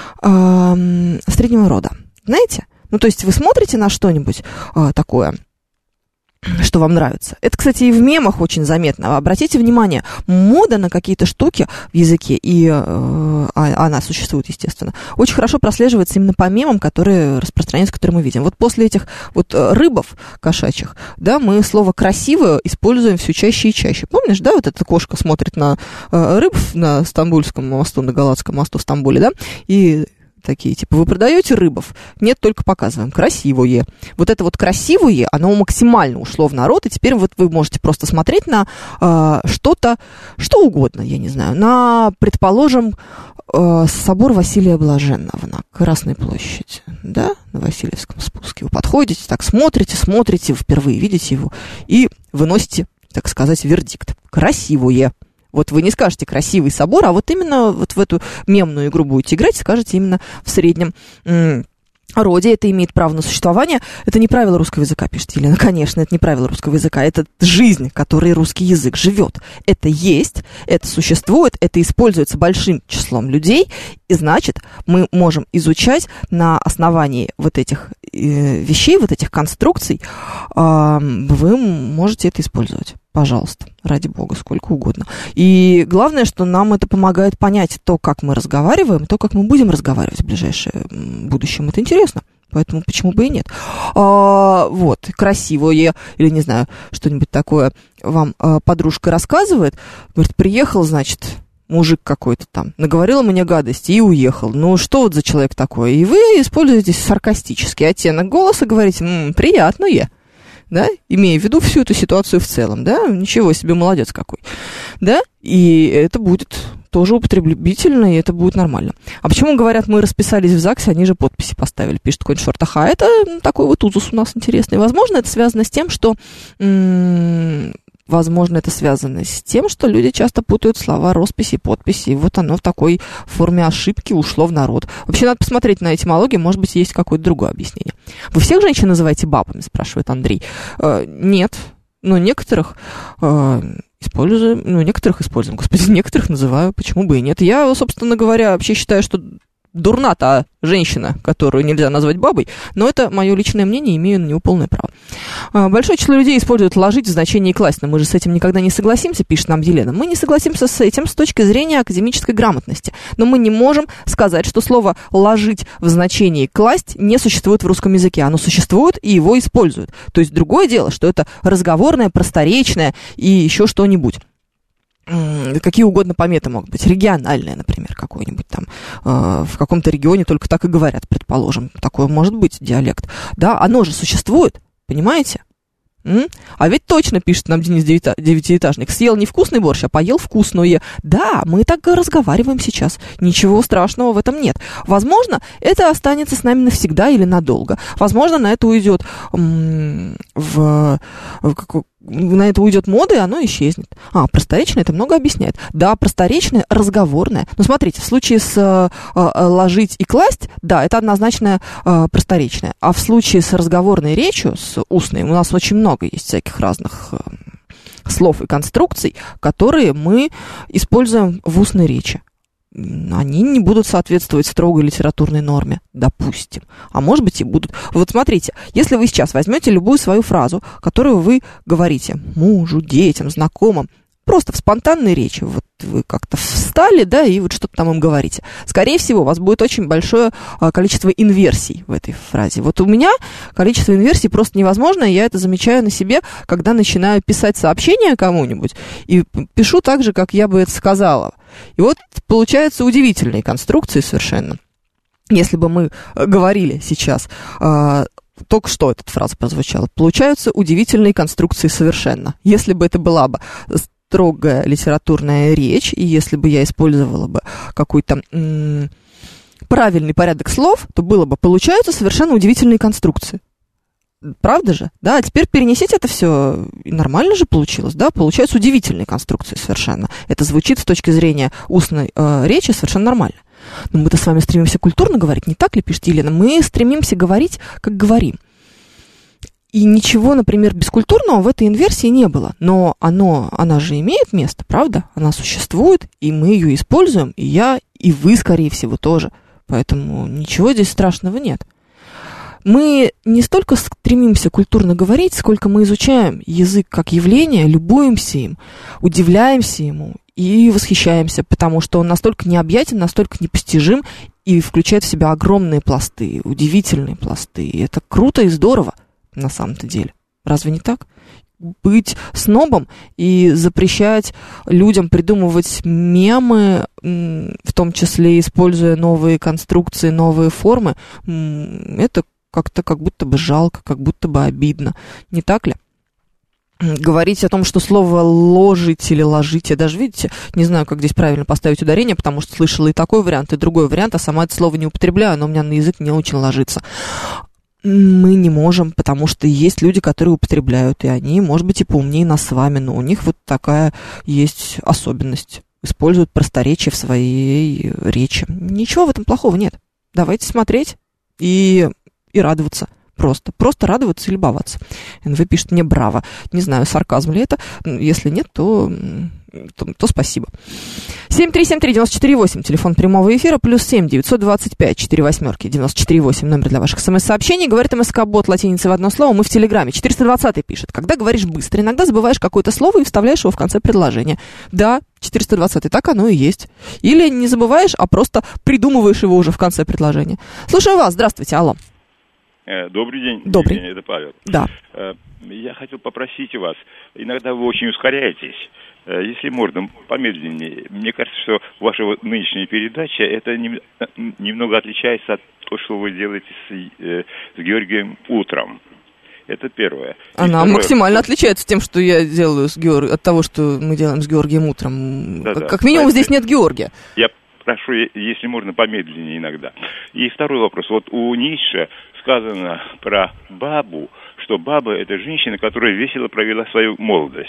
э, среднего рода. Знаете? Ну, то есть вы смотрите на что-нибудь э, такое, что вам нравится. Это, кстати, и в мемах очень заметно. Обратите внимание, мода на какие-то штуки в языке, и э, она существует, естественно, очень хорошо прослеживается именно по мемам, которые распространяются, которые мы видим. Вот после этих вот рыбов кошачьих, да, мы слово «красивое» используем все чаще и чаще. Помнишь, да, вот эта кошка смотрит на э, рыб на Стамбульском мосту, на Галатском мосту в Стамбуле, да, и... такие, типа, вы продаете рыбов? Нет, только показываем. Красивое. Вот это вот красивое, оно максимально ушло в народ, и теперь вот вы можете просто смотреть на э, что-то, что угодно, я не знаю, на, предположим, э, собор Василия Блаженного на Красной площади, да, на Васильевском спуске. Вы подходите, так смотрите, смотрите, вы впервые видите его, и выносите, так сказать, вердикт. Красивое. Вот вы не скажете «красивый собор», а вот именно вот в эту мемную игру будете играть, скажете именно в среднем м- роде. Это имеет право на существование. Это не правило русского языка, пишет Елена. Конечно, это не правило русского языка. Это жизнь, которой русский язык живет. Это есть, это существует, это используется большим числом людей. И значит, мы можем изучать на основании вот этих э, вещей, вот этих конструкций. Э, вы можете это использовать. Пожалуйста, ради бога, сколько угодно. И главное, что нам это помогает понять то, как мы разговариваем, то, как мы будем разговаривать в ближайшее будущее. Это интересно. поэтому почему бы и нет. А, вот, красивое, или, не знаю, что-нибудь такое вам а, подружка рассказывает, говорит, приехал, значит, мужик какой-то там, наговорил мне гадости и уехал. Ну, что вот за человек такой? И вы используете саркастический оттенок голоса, говорите, м-м, приятное, да, имея в виду всю эту ситуацию в целом, да, ничего себе, молодец какой, да, и это будет тоже употребительно, и это будет нормально. А почему говорят, мы расписались в ЗАГСе, они же подписи поставили, пишет какой-нибудь шорт. Аха, это такой вот узус у нас интересный. Возможно, это связано с тем, что... М- Возможно, это связано с тем, что люди часто путают слова росписи и подписи. И вот оно в такой форме ошибки ушло в народ. Вообще, надо посмотреть на этимологию, может быть, есть какое-то другое объяснение. Вы всех женщин называете бабами, спрашивает Андрей. Э, нет, но некоторых э, используем, ну, некоторых используем, господи, некоторых называю, почему бы и нет. Я, собственно говоря, вообще считаю, что дурна та женщина, которую нельзя назвать бабой, но это мое личное мнение, имею на него полное право. Большое число людей используют «ложить» в значении «класть», но мы же с этим никогда не согласимся, пишет нам Елена. Мы не согласимся с этим с точки зрения академической грамотности, но мы не можем сказать, что слово «ложить» в значении «класть» не существует в русском языке. Оно существует, и его используют. То есть другое дело, что это разговорное, просторечное и еще что-нибудь. Какие угодно пометы могут быть, региональные, например, какой-нибудь там, э, в каком-то регионе только так и говорят, предположим, такое может быть диалект, да, оно же существует, понимаете? М? А ведь точно, пишет нам Денис Девятиэтажник, съел невкусный борщ, а поел вкусное. Да, мы так разговариваем сейчас, ничего страшного в этом нет. Возможно, это останется с нами навсегда или надолго. Возможно, на это уйдет м- в... в на это уйдет мода, и оно исчезнет. А, просторечное это много объясняет. Да, просторечное, разговорное. Но смотрите, в случае с э, э, ложить и класть, да, это однозначно э, просторечное. А в случае с разговорной речью, с устной, у нас очень много есть всяких разных э, слов и конструкций, которые мы используем в устной речи. Они не будут соответствовать строгой литературной норме, допустим. А может быть и будут. Вот смотрите, если вы сейчас возьмете любую свою фразу, которую вы говорите мужу, детям, знакомым, просто в спонтанной речи, вот вы как-то встали, да, и вот что-то там им говорите. Скорее всего, у вас будет очень большое а, количество инверсий в этой фразе. Вот у меня количество инверсий просто невозможно, и я это замечаю на себе, когда начинаю писать сообщение кому-нибудь, и пишу так же, как я бы это сказала. И вот получаются удивительные конструкции совершенно. Если бы мы говорили сейчас... А, только что эта фраза прозвучала. Получаются удивительные конструкции совершенно. Если бы это была бы строгая литературная речь, и если бы я использовала бы какой-то м- правильный порядок слов, то было бы, получаются совершенно удивительные конструкции. Правда же? Да, а теперь перенесите это все, и нормально же получилось, да, получаются удивительные конструкции совершенно. Это звучит с точки зрения устной э, речи совершенно нормально. Но мы-то с вами стремимся культурно говорить, не так ли, пишет Елена? Мы стремимся говорить, как говорим. И ничего, например, бескультурного в этой инверсии не было. Но оно, она же имеет место, правда? Она существует, и мы ее используем, и я, и вы, скорее всего, тоже. Поэтому ничего здесь страшного нет. Мы не столько стремимся культурно говорить, сколько мы изучаем язык как явление, любуемся им, удивляемся ему и восхищаемся, потому что он настолько необъятен, настолько непостижим и включает в себя огромные пласты, удивительные пласты. И это круто и здорово на самом-то деле. Разве не так? Быть снобом и запрещать людям придумывать мемы, в том числе используя новые конструкции, новые формы, это как-то как будто бы жалко, как будто бы обидно. Не так ли? Говорить о том, что слово «ложить» или «ложить», я даже, видите, не знаю, как здесь правильно поставить ударение, потому что слышала и такой вариант, и другой вариант, а сама это слово не употребляю, оно у меня на язык не очень ложится. Мы не можем, потому что есть люди, которые употребляют, и они, может быть, и поумнее нас с вами, но у них вот такая есть особенность. Используют просторечие в своей речи. Ничего в этом плохого нет. Давайте смотреть и... и радоваться. Просто. Просто радоваться и любоваться. эн вэ пишет мне браво. Не знаю, сарказм ли это. Если нет, то, то, то спасибо. семь три семь три девять четыре восемь. Телефон прямого эфира. Плюс семь девятьсот двадцать пять четыре восьмерки девяносто четыре восемь. Номер для ваших смс-сообщений. Говорит МСК-бот латиницей в одно слово. Мы в Телеграме. четыреста двадцатый пишет. Когда говоришь быстро, иногда забываешь какое-то слово и вставляешь его в конце предложения. Да, четыреста двадцатый. Так оно и есть. Или не забываешь, а просто придумываешь его уже в конце предложения. Слушаю вас. Здравствуйте. Алло. Добрый день. Добрый. Евгений, это Павел. Да. Я хотел попросить у вас, иногда вы очень ускоряетесь, если можно, помедленнее. Мне кажется, что ваша вот нынешняя передача, это немного отличается от того, что вы делаете с, с Георгием утром. Это первое. И Она второе, максимально отличается тем, что я делаю с Георг... от того, что мы делаем с Георгием утром. Да-да. Как минимум, здесь нет Георгия. Я прошу, если можно, помедленнее иногда. И второй вопрос. Вот у Ницше сказано про бабу, что баба – это женщина, которая весело провела свою молодость.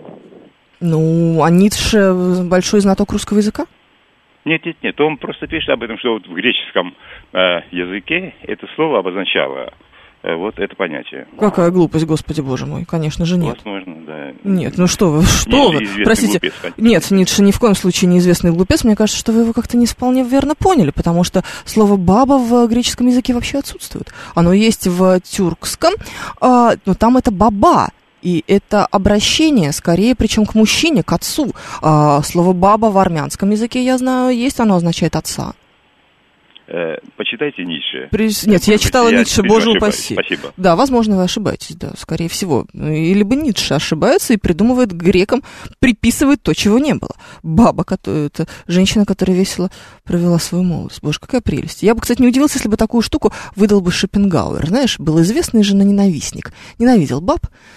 Ну, а Ницше большой знаток русского языка? Нет, нет, нет. Он просто пишет об этом, что вот в греческом э, языке это слово обозначало э, вот это понятие. Какая глупость, Господи Боже мой. Конечно же нет. Возможно, да. Нет, ну что вы, что вы? Простите. Глупец, нет, Ницше ни в коем случае неизвестный глупец. Мне кажется, что вы его как-то не вполне верно поняли, потому что слово «баба» в греческом языке вообще отсутствует. Оно есть в тюркском, а, но там это «баба». И это обращение, скорее, причем к мужчине, к отцу. А, слово «баба» в армянском языке, я знаю, есть, оно означает «отца». Э, почитайте Ницше. При... Нет, я читала я Ницше, боже упаси. Спасибо. Да, возможно, вы ошибаетесь, да, скорее всего. И либо Ницше ошибается и придумывает грекам, приписывает то, чего не было. Баба, которая, это женщина, которая весело провела свою молодость. Боже, какая прелесть. Я бы, кстати, не удивился, если бы такую штуку выдал бы Шопенгауэр. Знаешь, был известный женоненавистник. Ненавидел баб.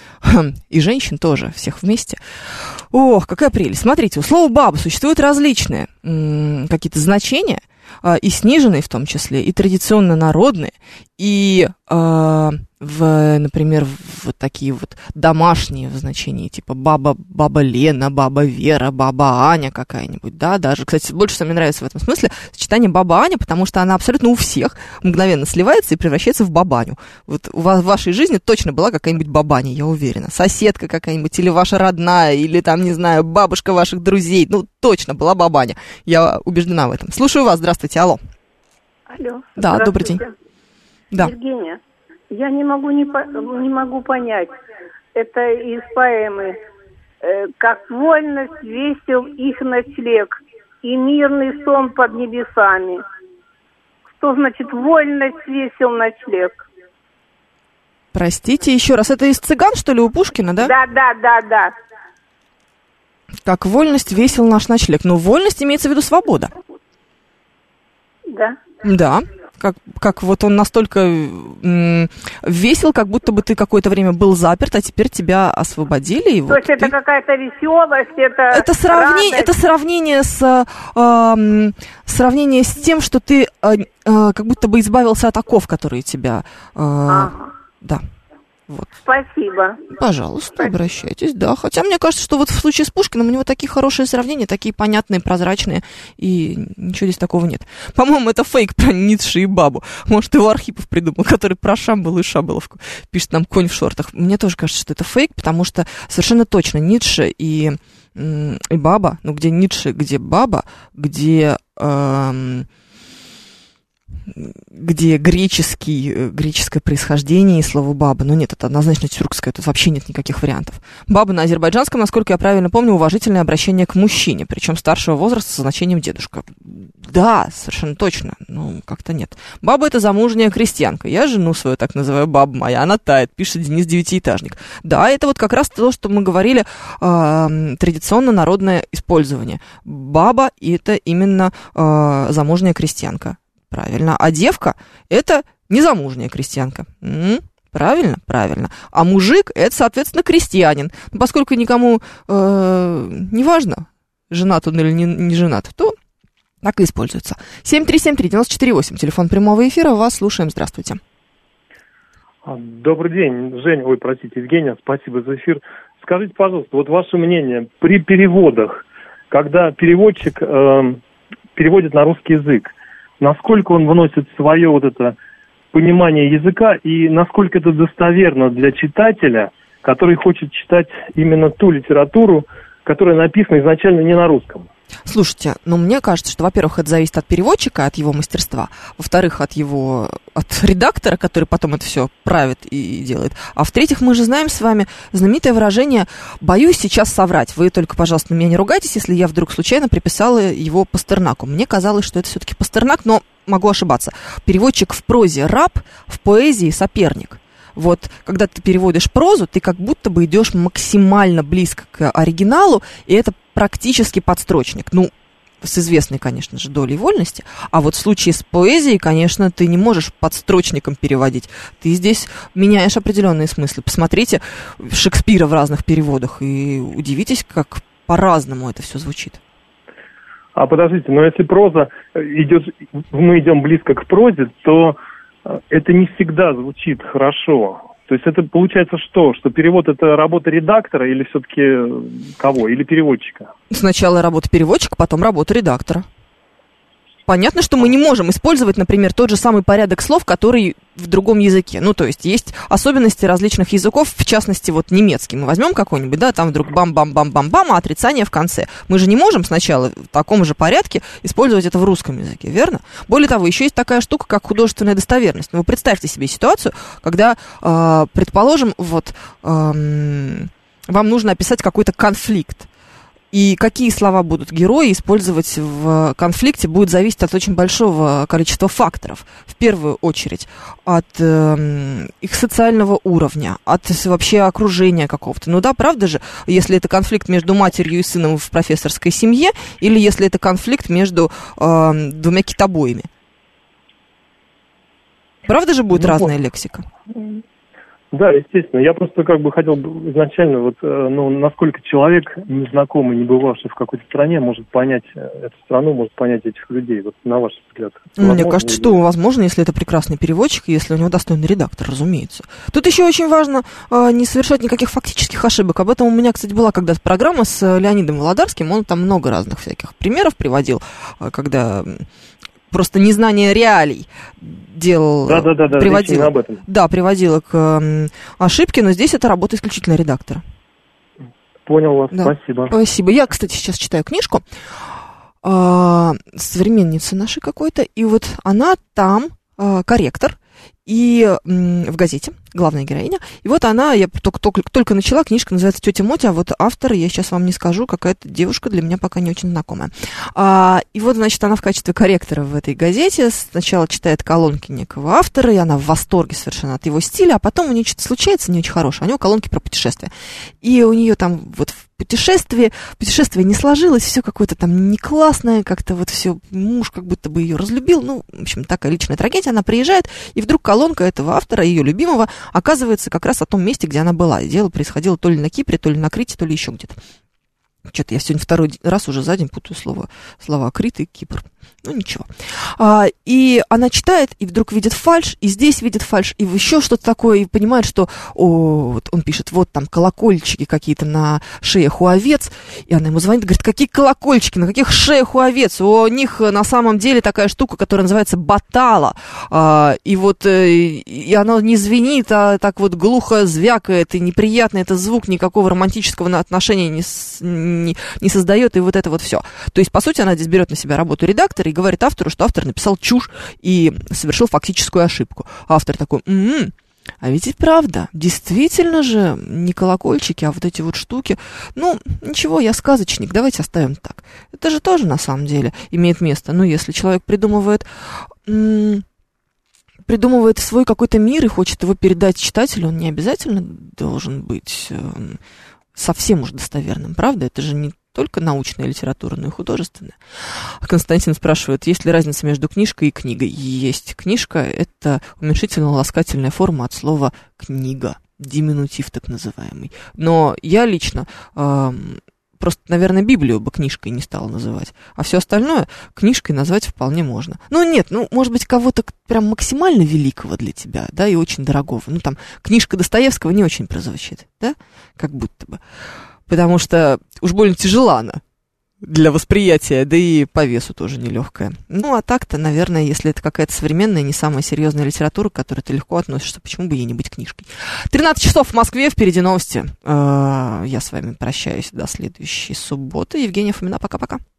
И женщин тоже, всех вместе. Ох, какая прелесть. Смотрите, у слова «баба» существуют различные м- какие-то значения, э, и сниженные в том числе, и традиционно народные, и, э, в, например, вот такие вот домашние значения, типа баба, баба Лена, баба Вера, баба Аня какая-нибудь, да, даже, кстати, больше всего мне нравится в этом смысле сочетание баба Аня, потому что она абсолютно у всех мгновенно сливается и превращается в бабаню. Вот у вас в вашей жизни точно была какая-нибудь бабаня, я уверена, соседка какая-нибудь, или ваша родная, или там, не знаю, бабушка ваших друзей, ну, точно была бабаня, я убеждена в этом. Слушаю вас, здравствуйте, алло. Алло. Да, добрый день. Да. Евгения, я не могу не, по, не могу понять, это из поэмы э, «Как вольность весел их ночлег и мирный сон под небесами». Что значит «вольность весел ночлег»? Простите, еще раз, это из «Цыган», что ли, у Пушкина, да? Да, да, да, да. «Как вольность весел наш ночлег». Ну, вольность имеется в виду свобода. Да. Да. Как, как вот он настолько м- весел, как будто бы ты какое-то время был заперт, а теперь тебя освободили. И То вот есть это ты... какая-то веселость, это это сравнение, это сравнение с э, сравнение с тем, что ты э, э, как будто бы избавился от оков, которые тебя. Э, ага. Да. Вот. Спасибо. Пожалуйста, Спасибо. Обращайтесь, да. Хотя мне кажется, что вот в случае с Пушкиным у него такие хорошие сравнения, такие понятные, прозрачные, и ничего здесь такого нет. По-моему, это фейк про Ницше и бабу. Может, его Архипов придумал, который про Шамбалу и Шабаловку пишет нам «Конь в шортах». Мне тоже кажется, что это фейк, потому что совершенно точно Ницше и, и баба, ну, где Ницше, где баба, где... Эм, где греческий, греческое происхождение и слово «баба». Но нет, это однозначно тюркское, тут вообще нет никаких вариантов. Баба на азербайджанском, насколько я правильно помню, уважительное обращение к мужчине, причем старшего возраста со значением дедушка. Да, совершенно точно, ну, как-то нет. Баба — это замужняя крестьянка. Я жену свою так называю, баба моя, она тает, пишет Денис Девятиэтажник. Да, это вот как раз то, что мы говорили, э, традиционно народное использование. Баба — это именно э, замужняя крестьянка. Правильно. А девка – это незамужняя крестьянка. М-м, правильно? Правильно. А мужик – это, соответственно, крестьянин. Но поскольку никому э, не важно, женат он или не, не женат, то так и используется. семь три семь три девять четыре восемь, телефон прямого эфира, вас слушаем. Здравствуйте. Добрый день, Жень, ой, простите, Евгения, спасибо за эфир. Скажите, пожалуйста, вот ваше мнение, при переводах, когда переводчик э, переводит на русский язык, насколько он вносит свое вот это понимание языка и насколько это достоверно для читателя, который хочет читать именно ту литературу, которая написана изначально не на русском? Слушайте, ну, мне кажется, что, во-первых, это зависит от переводчика, от его мастерства, во-вторых, от его, от редактора, который потом это все правит и делает, а в-третьих, мы же знаем с вами знаменитое выражение «боюсь сейчас соврать». Вы только, пожалуйста, на меня не ругайтесь, если я вдруг случайно приписала его Пастернаку. Мне казалось, что это все-таки Пастернак, но могу ошибаться. Переводчик в прозе раб, в поэзии соперник. Вот, когда ты переводишь прозу, ты как будто бы идешь максимально близко к оригиналу, и это практически подстрочник. Ну, с известной, конечно же, долей вольности. А вот в случае с поэзией, конечно, ты не можешь подстрочником переводить. Ты здесь меняешь определенные смыслы. Посмотрите Шекспира в разных переводах и удивитесь, как по-разному это все звучит. А подождите, но если проза идет, мы идем близко к прозе, то это не всегда звучит хорошо. То есть это получается что? Что перевод — это работа редактора или все-таки кого? Или переводчика? Сначала работа переводчика, потом работа редактора. Понятно, что мы не можем использовать, например, тот же самый порядок слов, который в другом языке. Ну, то есть есть особенности различных языков, в частности, вот немецкий. Мы возьмем какой-нибудь, да, там вдруг бам-бам-бам-бам-бам, а отрицание в конце. Мы же не можем сначала в таком же порядке использовать это в русском языке, верно? Более того, еще есть такая штука, как художественная достоверность. Ну, вы представьте себе ситуацию, когда, э, предположим, вот э, вам нужно описать какой-то конфликт. И какие слова будут герои использовать в конфликте, будет зависеть от очень большого количества факторов. В первую очередь от э, их социального уровня, от вообще окружения какого-то. Ну да, правда же, если это конфликт между матерью и сыном в профессорской семье, или если это конфликт между э, двумя китобоями. Правда же будет ну, разная лексика? Да, естественно. Я просто как бы хотел бы изначально, вот, ну, насколько человек, незнакомый, не бывавший в какой-то стране, может понять эту страну, может понять этих людей, вот на ваш взгляд. Мне возможно, кажется, или... что возможно, если это прекрасный переводчик, если у него достойный редактор, разумеется. Тут еще очень важно э, не совершать никаких фактических ошибок. Об этом у меня, кстати, была когда-то программа с Леонидом Володарским, он там много разных всяких примеров приводил, когда... Просто незнание реалий делал, да, да, да, да, приводило, об этом. Да, приводило к м, ошибке, но здесь это работа исключительно редактора. Понял вас, да. Спасибо. Спасибо. Я, кстати, сейчас читаю книжку э, современницы нашей какой-то, и вот она там э, корректор, и м, в газете, главная героиня. И вот она, я только, только, только начала, книжка называется «Тетя Мотя», а вот автор, я сейчас вам не скажу, какая-то девушка для меня пока не очень знакомая. А, и вот, значит, она в качестве корректора в этой газете сначала читает колонки некого автора, и она в восторге совершенно от его стиля, а потом у нее что-то случается не очень хорошее, у нее колонки про путешествия. И у нее там вот в путешествии, путешествие не сложилось, все какое-то там не классное, как-то вот все, муж как будто бы ее разлюбил, ну, в общем, такая личная трагедия, она приезжает, и вдруг колонка этого автора, ее любимого, оказывается как раз о том месте, где она была. И дело происходило то ли на Кипре, то ли на Крите, то ли еще где-то. Что-то я сегодня второй раз уже за день путаю слово, слова Крит и Кипр. Ну, ничего. А, и она читает, и вдруг видит фальшь, и здесь видит фальшь, и еще что-то такое, и понимает, что, о, вот он пишет, вот там колокольчики какие-то на шеях у овец, и она ему звонит, говорит, какие колокольчики, на каких шеях у овец? У них на самом деле такая штука, которая называется батала, а, и вот, и она не звенит, а так вот глухо звякает, и неприятный это звук, никакого романтического отношения не, не, не создает, и вот это вот все. То есть, по сути, она здесь берет на себя работу редактора и говорит автору, что автор написал чушь и совершил фактическую ошибку. Автор такой, м-м, а ведь и правда, действительно же не колокольчики, а вот эти вот штуки. Ну, ничего, я сказочник, давайте оставим так. Это же тоже на самом деле имеет место. Ну, если человек придумывает... М- придумывает свой какой-то мир и хочет его передать читателю, он не обязательно должен быть э, совсем уж достоверным, правда? Это же не только научная литература, но и художественная. Константин спрашивает, есть ли разница между книжкой и книгой? Есть. Книжка – это уменьшительно-ласкательная форма от слова «книга», диминутив так называемый. Но я лично э, просто, наверное, Библию бы книжкой не стала называть, а все остальное книжкой назвать вполне можно. Ну, нет, ну, может быть, кого-то прям максимально великого для тебя, да, и очень дорогого. Ну, там, книжка Достоевского не очень прозвучит, да, как будто бы. Потому что уж больно тяжела она для восприятия, да и по весу тоже нелегкая. Ну, а так-то, наверное, если это какая-то современная, не самая серьезная литература, к которой ты легко относишься, почему бы ей не быть книжкой? тринадцать часов в Москве, впереди новости. Я с вами прощаюсь до следующей субботы. Евгения Фомина, пока-пока.